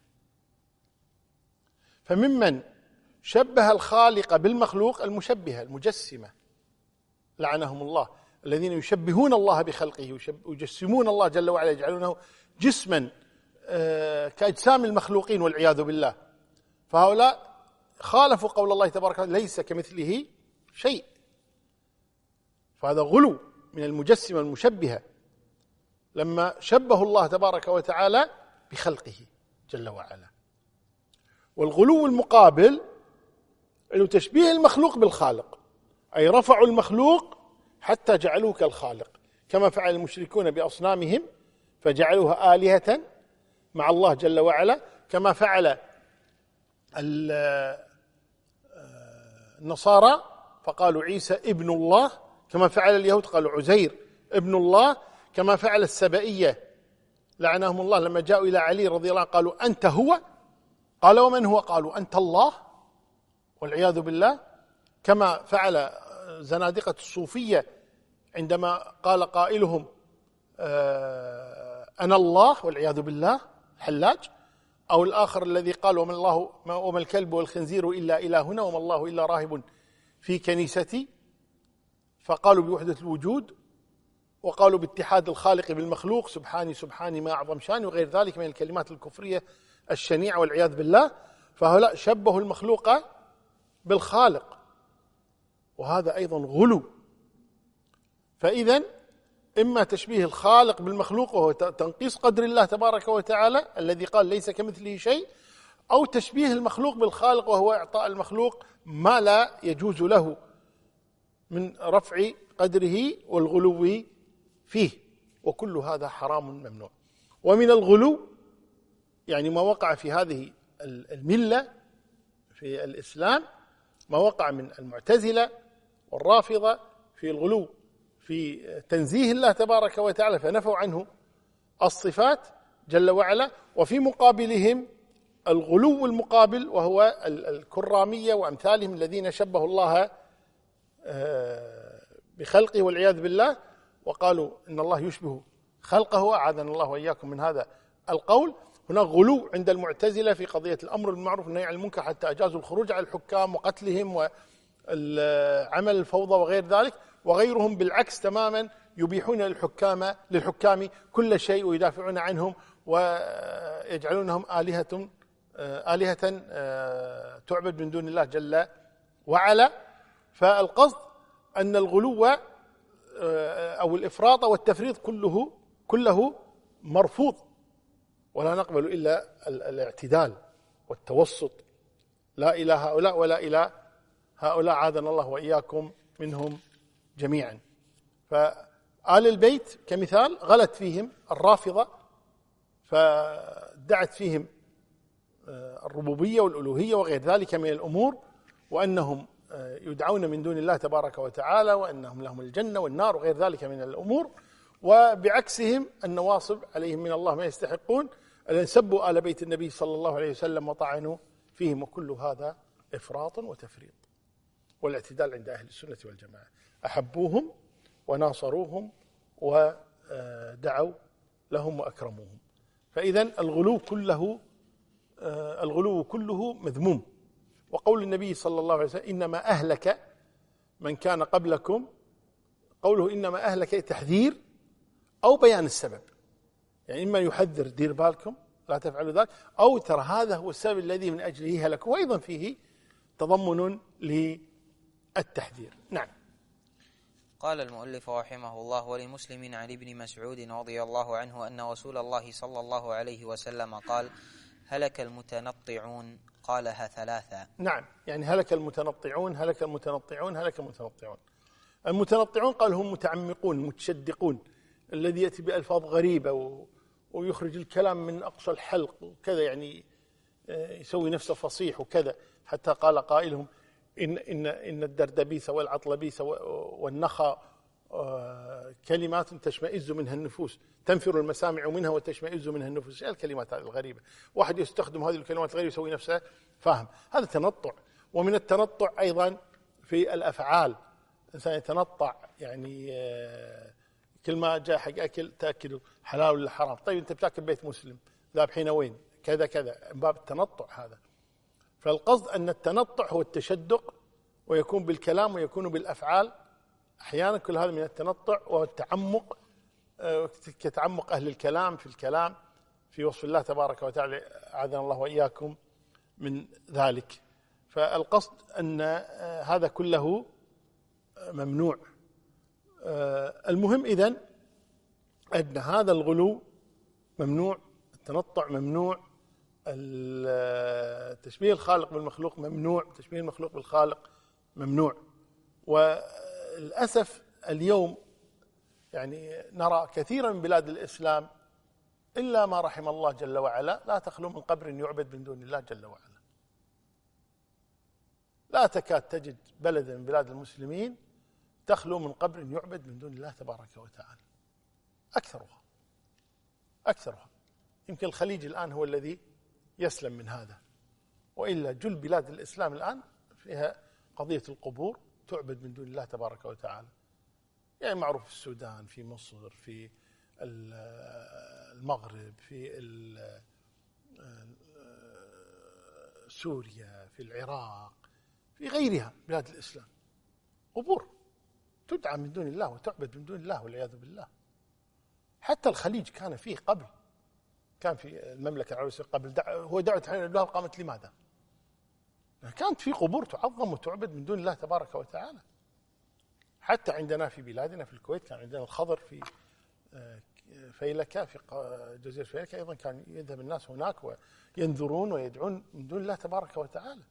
فممن شبه الخالق بالمخلوق المشبهة المجسمة لعنهم الله، الذين يشبهون الله بخلقه ويجسمون الله جل وعلا، يجعلونه جسما كأجسام المخلوقين والعياذ بالله. فهؤلاء خالفوا قول الله تبارك وتعالى ليس كمثله شيء، فهذا غلو من المجسمة المشبهة لما شبهوا الله تبارك وتعالى بخلقه جل وعلا. والغلو المقابل أنه تشبيه المخلوق بالخالق، أي رفعوا المخلوق حتى جعلوه كالخالق، كما فعل المشركون بأصنامهم فجعلوها آلهة مع الله جل وعلا، كما فعل النصارى فقالوا عيسى ابن الله، كما فعل اليهود قالوا عزير ابن الله، كما فعل السبائية لعنهم الله لما جاءوا إلى علي رضي الله عنه قالوا أنت هو، قال ومن هو؟ قالوا أنت الله والعياذ بالله. كما فعل زنادقة الصوفية عندما قال قائلهم أنا الله والعياذ بالله حلاج، أو الآخر الذي قال وما الكلب والخنزير إلا إلهنا وما الله إلا راهب في كنيستي، فقالوا بوحدة الوجود، وقالوا باتحاد الخالق بالمخلوق سبحاني سبحاني ما أعظم شاني، وغير ذلك من الكلمات الكفرية الشنيعة والعياذ بالله. فهؤلاء شبهوا المخلوق بالخالق، وهذا أيضا غلو. فإذا إما تشبيه الخالق بالمخلوق وهو تنقيص قدر الله تبارك وتعالى الذي قال ليس كمثله شيء، أو تشبيه المخلوق بالخالق وهو إعطاء المخلوق ما لا يجوز له من رفع قدره والغلو فيه، وكل هذا حرام ممنوع. ومن الغلو يعني ما وقع في هذه الملة في الإسلام، ما وقع من المعتزلة والرافضة في الغلو في تنزيه الله تبارك وتعالى فنفوا عنه الصفات جل وعلا، وفي مقابلهم الغلو المقابل وهو الكرامية وأمثالهم الذين شبهوا الله بخلقه والعياذ بالله، وقالوا إن الله يشبه خلقه، أعاذنا الله وإياكم من هذا القول. هناك غلو عند المعتزلة في قضية الأمر بالمعروف والنهي عن المنكر، حتى أجازوا الخروج على الحكام وقتلهم وعمل الفوضى وغير ذلك. وغيرهم بالعكس تماما، يبيحون للحكام كل شيء ويدافعون عنهم ويجعلونهم آلهة تعبد من دون الله جل وعلا. فالقصد أن الغلو أو الإفراط والتفريط كله مرفوض، ولا نقبل إلا الاعتدال والتوسط، لا إلى هؤلاء ولا إلى هؤلاء، عاذنا الله وإياكم منهم جميعا. فآل البيت كمثال غلت فيهم الرافضة، فدعت فيهم الربوبية والألوهية وغير ذلك من الأمور، وأنهم يدعون من دون الله تبارك وتعالى، وأنهم لهم الجنة والنار وغير ذلك من الأمور. وبعكسهم النواصب عليهم من الله ما يستحقون، الذين سبوا آل بيت النبي صلى الله عليه وسلم وطعنوا فيهم، وكل هذا إفراط وتفريط. والاعتدال عند أهل السنة والجماعة، أحبوهم وناصروهم ودعوا لهم وأكرموهم. فإذن الغلو كله مذموم. وقول النبي صلى الله عليه وسلم إنما أهلك من كان قبلكم، قوله إنما أهلك تحذير أو بيان السبب، يعني إما يحذر دير بالكم لا تفعلوا ذلك، أو ترى هذا هو السبب الذي من أجله هلكوا، وأيضا فيه تضمن للتحذير. نعم. قال المؤلف رحمه الله: ولمسلم عن ابن مسعود رضي الله عنه أن رسول الله صلى الله عليه وسلم قال: هلك المتنطعون، قالها ثلاثا. نعم، يعني هلك المتنطعون، هلك المتنطعون، هلك المتنطعون. المتنطعون قال هم متعمقون متشدقون، الذي يأتي بألفاظ غريبة ويخرج الكلام من أقصى الحلق وكذا، يعني يسوي نفسه فصيح وكذا، حتى قال قائلهم إن الدردبيس والعطلبيس والنخا كلمات تشمئز منها النفوس، تنفر المسامع منها وتشمئز منها النفوس. الكلمات هذه الغريبة، واحد يستخدم هذه الكلمات الغريبة يسوي نفسه فاهم، هذا تنطع. ومن التنطع أيضا في الأفعال، الإنسان يتنطع، يعني كل ما جاء حق أكل تأكله حلال ولا حرام. طيب أنت بتأكل بيت مسلم، ذابحين وين كذا كذا، من باب التنطع هذا. فالقصد أن التنطع هو التشدق، ويكون بالكلام ويكون بالأفعال أحيانا، كل هذا من التنطع والتعمق، كتعمق أهل الكلام في الكلام في وصف الله تبارك وتعالى، أعاذنا الله وإياكم من ذلك. فالقصد أن هذا كله ممنوع. المهم إذن أن هذا الغلو ممنوع، التنطع ممنوع، تشبيه الخالق بالمخلوق ممنوع، تشبيه المخلوق بالخالق ممنوع. والأسف اليوم يعني نرى كثيرا من بلاد الإسلام إلا ما رحم الله جل وعلا لا تخلو من قبر يعبد من دون الله جل وعلا. لا تكاد تجد بلدا من بلاد المسلمين تخلو من قبر يعبد من دون الله تبارك وتعالى، أكثرها. يمكن الخليج الآن هو الذي يسلم من هذا، وإلا جل بلاد الإسلام الآن فيها قضية القبور تعبد من دون الله تبارك وتعالى. يعني معروف في السودان، في مصر، في المغرب، في سوريا، في العراق، في غيرها بلاد الإسلام، قبور تدعى من دون الله وتعبد من دون الله والعياذ بالله. حتى الخليج كان فيه قبل، كان في المملكة العربية قبل هو دعوة الله قامت لماذا؟ كانت في قبور تعظم وتعبد من دون الله تبارك وتعالى. حتى عندنا في بلادنا في الكويت كان عندنا الخضر في فيلكة، في جزيرة فيلكة أيضا كان يذهب الناس هناك وينذرون ويدعون من دون الله تبارك وتعالى.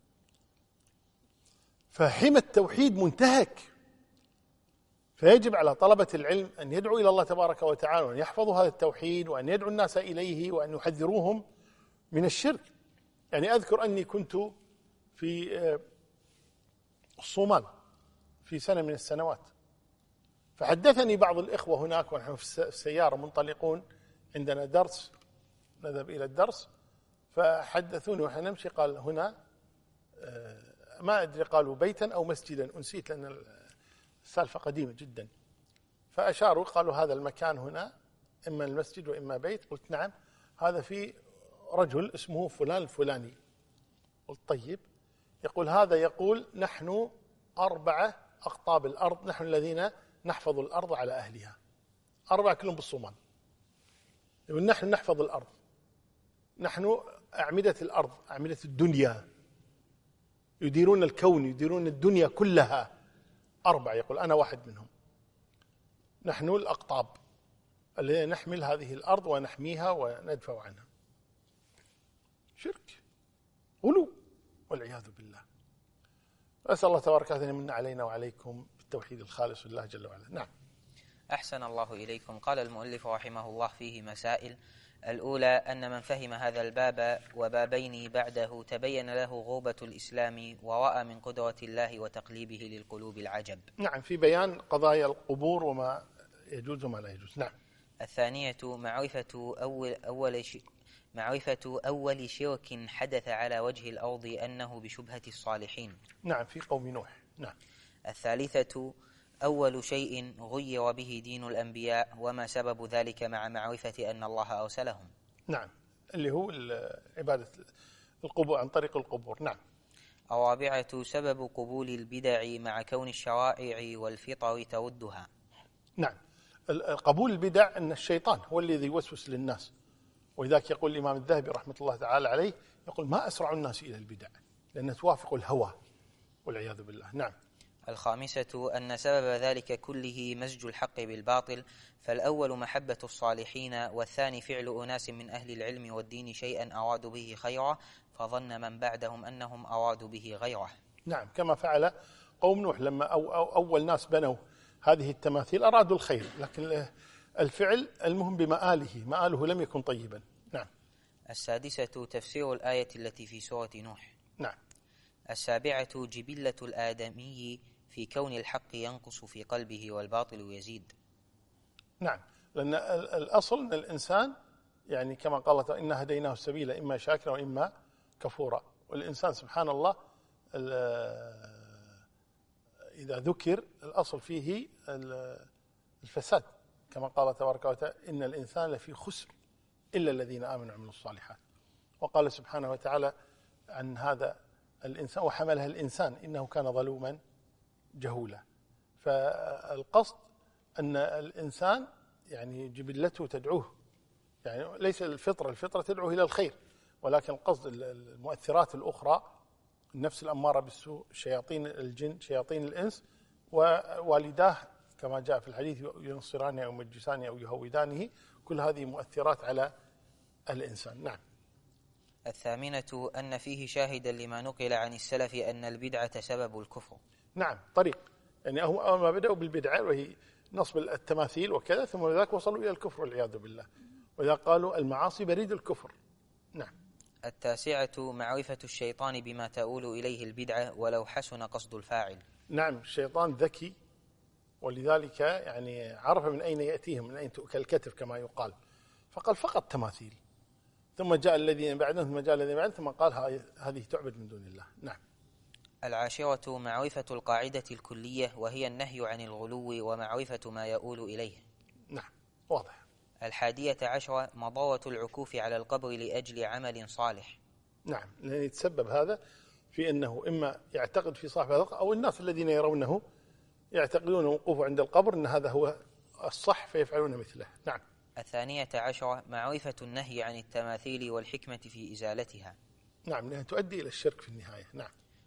فحمى التوحيد منتهك، فيجب على طلبة العلم أن يدعوا إلى الله تبارك وتعالى وأن يحفظوا هذا التوحيد وأن يدعوا الناس إليه وأن يحذروهم من الشرك. يعني أذكر أني كنت في الصومال في سنة من السنوات، فحدثني بعض الإخوة هناك ونحن في السيارة منطلقون، عندنا درس نذهب إلى الدرس، فحدثوني ونحن نمشي، قال هنا ما أدري قالوا بيتا أو مسجدا، أنسيت لأن السالفة قديمة جدا، فأشاروا قالوا هذا المكان هنا إما المسجد وإما بيت. قلت نعم، هذا في رجل اسمه فلان الفلاني. قلت طيب. يقول هذا يقول نحن 4 أقطاب الأرض، نحن الذين نحفظ الأرض على أهلها، 4 كلهم بالصومال، يقول نحن نحفظ الأرض نحن أعمدة الأرض، أعمدة الدنيا، يديرون الكون، يديرون الدنيا كلها. 4 يقول أنا واحد منهم. نحن الأقطاب الذين نحمل هذه الأرض ونحميها وندفع عنها. شرك، غلو، والعياذ بالله. أسأل الله تبارك وتعالى أن يمن علينا وعليكم بالتوحيد الخالص لله جل وعلا. نعم. أحسن الله إليكم. قال المؤلف رحمه الله فيه مسائل. الأولى أن من فهم هذا الباب وبابين بعده تبين له غربة الإسلام ورأى من قدرة الله وتقليبه للقلوب العجب. نعم، في بيان قضايا القبور وما يجوز وما لا يجوز. نعم. الثانية معرفة أول شرك حدث على وجه الأرض أنه بشبهة الصالحين. نعم، في قوم نوح. نعم. الثالثة أول شيء غير به دين الأنبياء وما سبب ذلك مع معرفة أن الله أرسلهم. نعم، اللي هو عبادة القبور عن طريق القبور. نعم. الرابعة سبب قبول البدع مع كون الشرائع والفطر تردها. نعم، قبول البدع أن الشيطان هو الذي يوسوس للناس، ولذلك يقول الإمام الذهبي رحمة الله تعالى عليه، يقول ما أسرع الناس إلى البدع لأنها توافق الهوى والعياذ بالله. نعم. الخامسة أن سبب ذلك كله مزج الحق بالباطل، فالأول محبة الصالحين، والثاني فعل أناس من أهل العلم والدين شيئا أرادوا به خيرا فظن من بعدهم أنهم أرادوا به غيره. نعم، كما فعل قوم نوح لما أول ناس بنوا هذه التماثيل أرادوا الخير، لكن الفعل المهم بمآله، مآله لم يكن طيبا. نعم. السادسة تفسير الآية التي في سورة نوح. نعم. السابعة جبلة الآدمي في كون الحق ينقص في قلبه والباطل يزيد. نعم، لأن الأصل أن الإنسان يعني كما قال الله إنا هديناه السبيل إما شاكرا وإما كفورا، والإنسان سبحان الله إذا ذكر الأصل فيه الفساد، كما قال تبارك وتعالى إن الإنسان لفي خسر إلا الذين آمنوا وعملوا الصالحات. وقال سبحانه وتعالى عن هذا الإنسان وحملها الإنسان إنه كان ظلوما جهولا. فالقصد أن الإنسان يعني جبلته تدعوه، يعني ليس الفطرة تدعو إلى الخير، ولكن القصد المؤثرات الأخرى، النفس الأمارة بالسوء، شياطين الجن، شياطين الإنس، ووالداه كما جاء في الحديث ينصرانه أو يمجسانه أو يهودانه، كل هذه مؤثرات على الإنسان. نعم. الثامنة أن فيه شاهدا لما نقل عن السلف أن البدعة سبب الكفر. نعم، طريق، يعني أول ما بدأوا بالبدعة وهي نصب التماثيل وكذا، ثم ذاك وصلوا إلى الكفر والعياذ بالله، وإذا قالوا المعاصي بريد الكفر. نعم. التاسعة معرفة الشيطان بما تؤول إليه البدعة ولو حسن قصد الفاعل. نعم، الشيطان ذكي، ولذلك يعني عرف من أين يأتيهم، من أين تؤكل الكتف كما يقال، فقال فقط تماثيل، ثم جاء الذين بعدهم، ثم جاء الذين بعدهم، ثم قال هذه تعبد من دون الله. نعم. العاشرة معرفة القاعدة الكلية وهي النهي عن الغلو ومعرفة ما يؤول إليه. نعم، واضح. 11 مضاوة العكوف على القبر لأجل عمل صالح. نعم، لأن يتسبب هذا في أنه إما يعتقد في صاحب هذا، أو الناس الذين يرونه يعتقدون وقوفه عند القبر أن هذا هو الصح فيفعلون مثله. نعم. 12 معرفة النهي عن التماثيل والحكمة في إزالتها. نعم، لأنها تؤدي إلى الشرك في النهاية. نعم.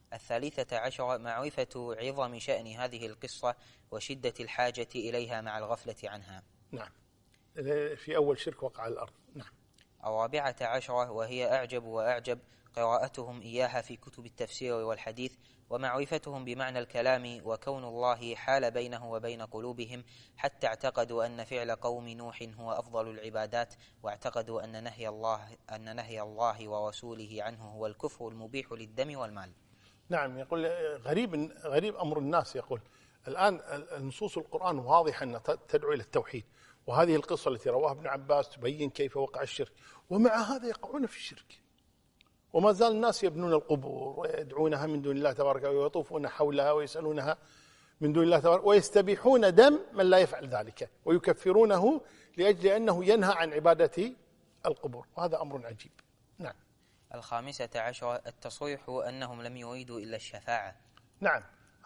13 معرفة عظم شأن هذه القصة وشدة الحاجة إليها مع الغفلة عنها. نعم، في أول شرك وقع الأرض. نعم. 14 وهي أعجب وأعجب قراءتهم إياها في كتب التفسير والحديث، ومعرفتهم بمعنى الكلام، وكون الله حال بينه وبين قلوبهم حتى اعتقدوا أن فعل قوم نوح هو أفضل العبادات، واعتقدوا أن نهي الله ورسوله عنه هو الكفر المبيح للدم والمال. نعم، يقول غريب أمر الناس، يقول الآن النصوص القرآن واضحة أن تدعو إلى التوحيد، وهذه القصة التي رواها ابن عباس تبين كيف وقع الشرك، ومع هذا يقعون في الشرك، وما زال الناس يبنون القبور ويدعونها من دون الله تبارك ويطوفون حولها ويسألونها من دون الله تبارك، ويستبيحون دم من لا يفعل ذلك ويكفرونه لأجل أنه ينهى عن عبادة القبور، وهذا أمر عجيب. نعم. 15 التصريح أنهم لم يريدوا إلا الشفاعة. نعم،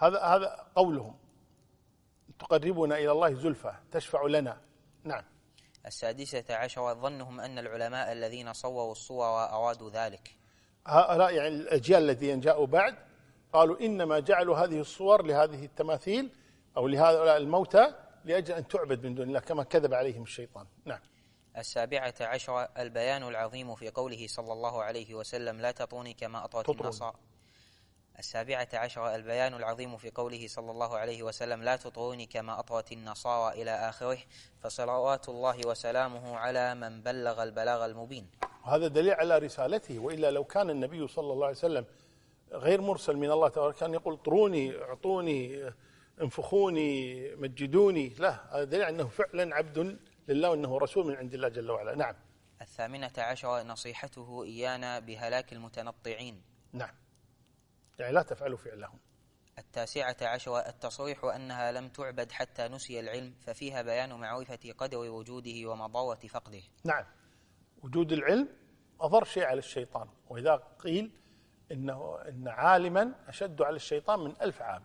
هذا قولهم تقربنا إلى الله زلفى، تشفع لنا. نعم. السادسة عشر ظنهم أن العلماء الذين صوروا الصور أرادوا ذلك. هؤلاء يعني الأجيال الذين جاءوا بعد قالوا إنما جعلوا هذه الصور لهذه التماثيل أو لهؤلاء الموتى لأجل أن تعبد من دون الله كما كذب عليهم الشيطان. نعم. السابعة عشر البيان العظيم في قوله صلى الله عليه وسلم لا تطروني كما أطرت النصارى. السابعة عشر البيان العظيم في قوله صلى الله عليه وسلم لا تطروني كما أطرت النصارى إلى آخره، فصلوات الله وسلامه على من بلغ البلاغ المبين. وهذا دليل على رسالته، وإلا لو كان النبي صلى الله عليه وسلم غير مرسل من الله تعالى كان يقول طروني اعطوني انفخوني مجدوني. لا، هذا دليل أنه فعلا عبد لله وأنه رسول من عند الله جل وعلا. نعم. الثامنة عشر نصيحته إيانا بهلاك المتنطعين. نعم، يعني لا تفعلوا فعلهم. التاسعة عشر التصريح أنها لم تعبد حتى نسي العلم، ففيها بيان معرفة قدر وجوده ومضرة فقده. نعم، وجود العلم أضر شيء على الشيطان، وإذا قيل إن عالما أشد على الشيطان من 1000 عابد.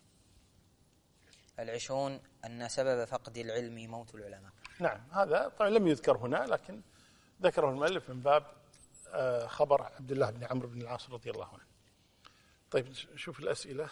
العشرون أن سبب فقد العلم موت العلماء. نعم، هذا طبعا لم يذكر هنا، لكن ذكره المؤلف من باب خبر عبد الله بن عمرو بن العاص رضي الله عنه. طيب شوف الأسئلة.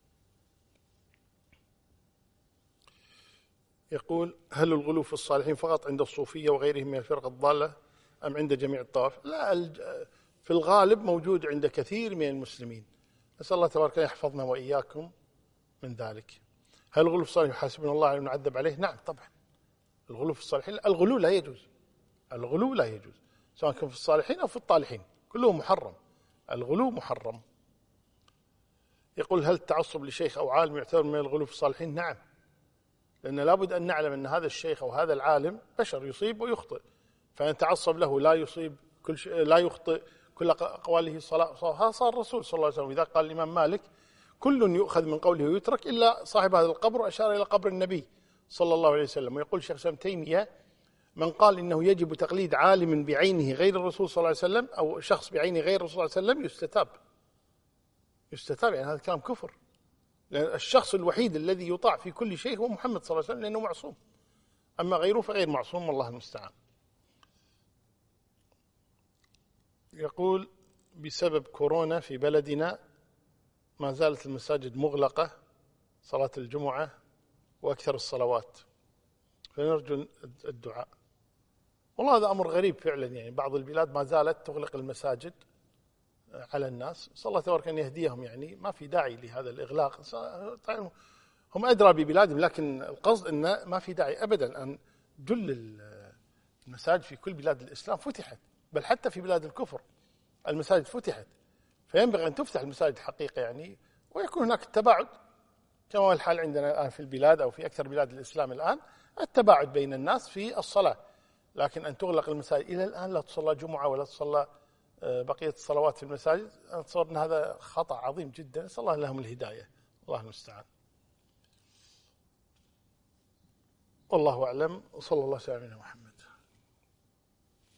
يقول هل الغلو في الصالحين فقط عند الصوفية وغيرهم من الفرق الضالة أم عند جميع الطوائف؟ لا، في الغالب موجود عند كثير من المسلمين. نسأل الله تبارك وتعالى يحفظنا وإياكم من ذلك. هل الغلو في الصالحين يحاسبنا الله على نعذب عليه؟ نعم طبعا. الغلو في الصالحين، الغلو لا يجوز، الغلو لا يجوز سواء كان في الصالحين أو في الطالحين، كله محرم، الغلو محرم. يقول هل التعصب لشيخ أو عالم يعتبر من الغلو في الصالحين؟ نعم، لأن لابد أن نعلم أن هذا الشيخ أو هذا العالم بشر يصيب ويخطئ، فنتعصب له لا يصيب كل شيء، لا يخطئ كل أقواله صلاة. هذا صار الرسول صلى الله عليه وسلم إذا قال الإمام مالك كل يؤخذ من قوله ويترك إلا صاحب هذا القبر، أشار إلى قبر النبي صلى الله عليه وسلم. ويقول شيخ الإسلام تيمية من قال إنه يجب تقليد عالم بعينه غير الرسول صلى الله عليه وسلم أو شخص بعينه غير الرسول صلى الله عليه وسلم يستتاب، يعني هذا كلام كفر، لأن الشخص الوحيد الذي يطاع في كل شيء هو محمد صلى الله عليه وسلم لأنه معصوم، أما غيره فغير معصوم، والله المستعان. يقول بسبب كورونا في بلدنا ما زالت المساجد مغلقة صلاة الجمعة وأكثر الصلوات، فنرجو الدعاء. والله هذا أمر غريب فعلا، يعني بعض البلاد ما زالت تغلق المساجد على الناس، صلى الله تبارك أن يهديهم، يعني ما في داعي لهذا الإغلاق، هم أدرى ببلادهم، لكن القصد أن ما في داعي أبدا أن جل المساجد في كل بلاد الإسلام فتحت، بل حتى في بلاد الكفر المساجد فتحت، فينبغي أن تفتح المساجد حقيقة يعني، ويكون هناك التباعد كما هو الحال عندنا الآن في البلاد أو في أكثر بلاد الإسلام الآن، التباعد بين الناس في الصلاة، لكن أن تغلق المساجد إلى الآن لا تصلى جمعة ولا تصلى بقية الصلوات في المساجد، أتصور أن هذا خطأ عظيم جدا، نسأل الله لهم الهداية، الله المستعان. والله أعلم، وصلى الله على محمد.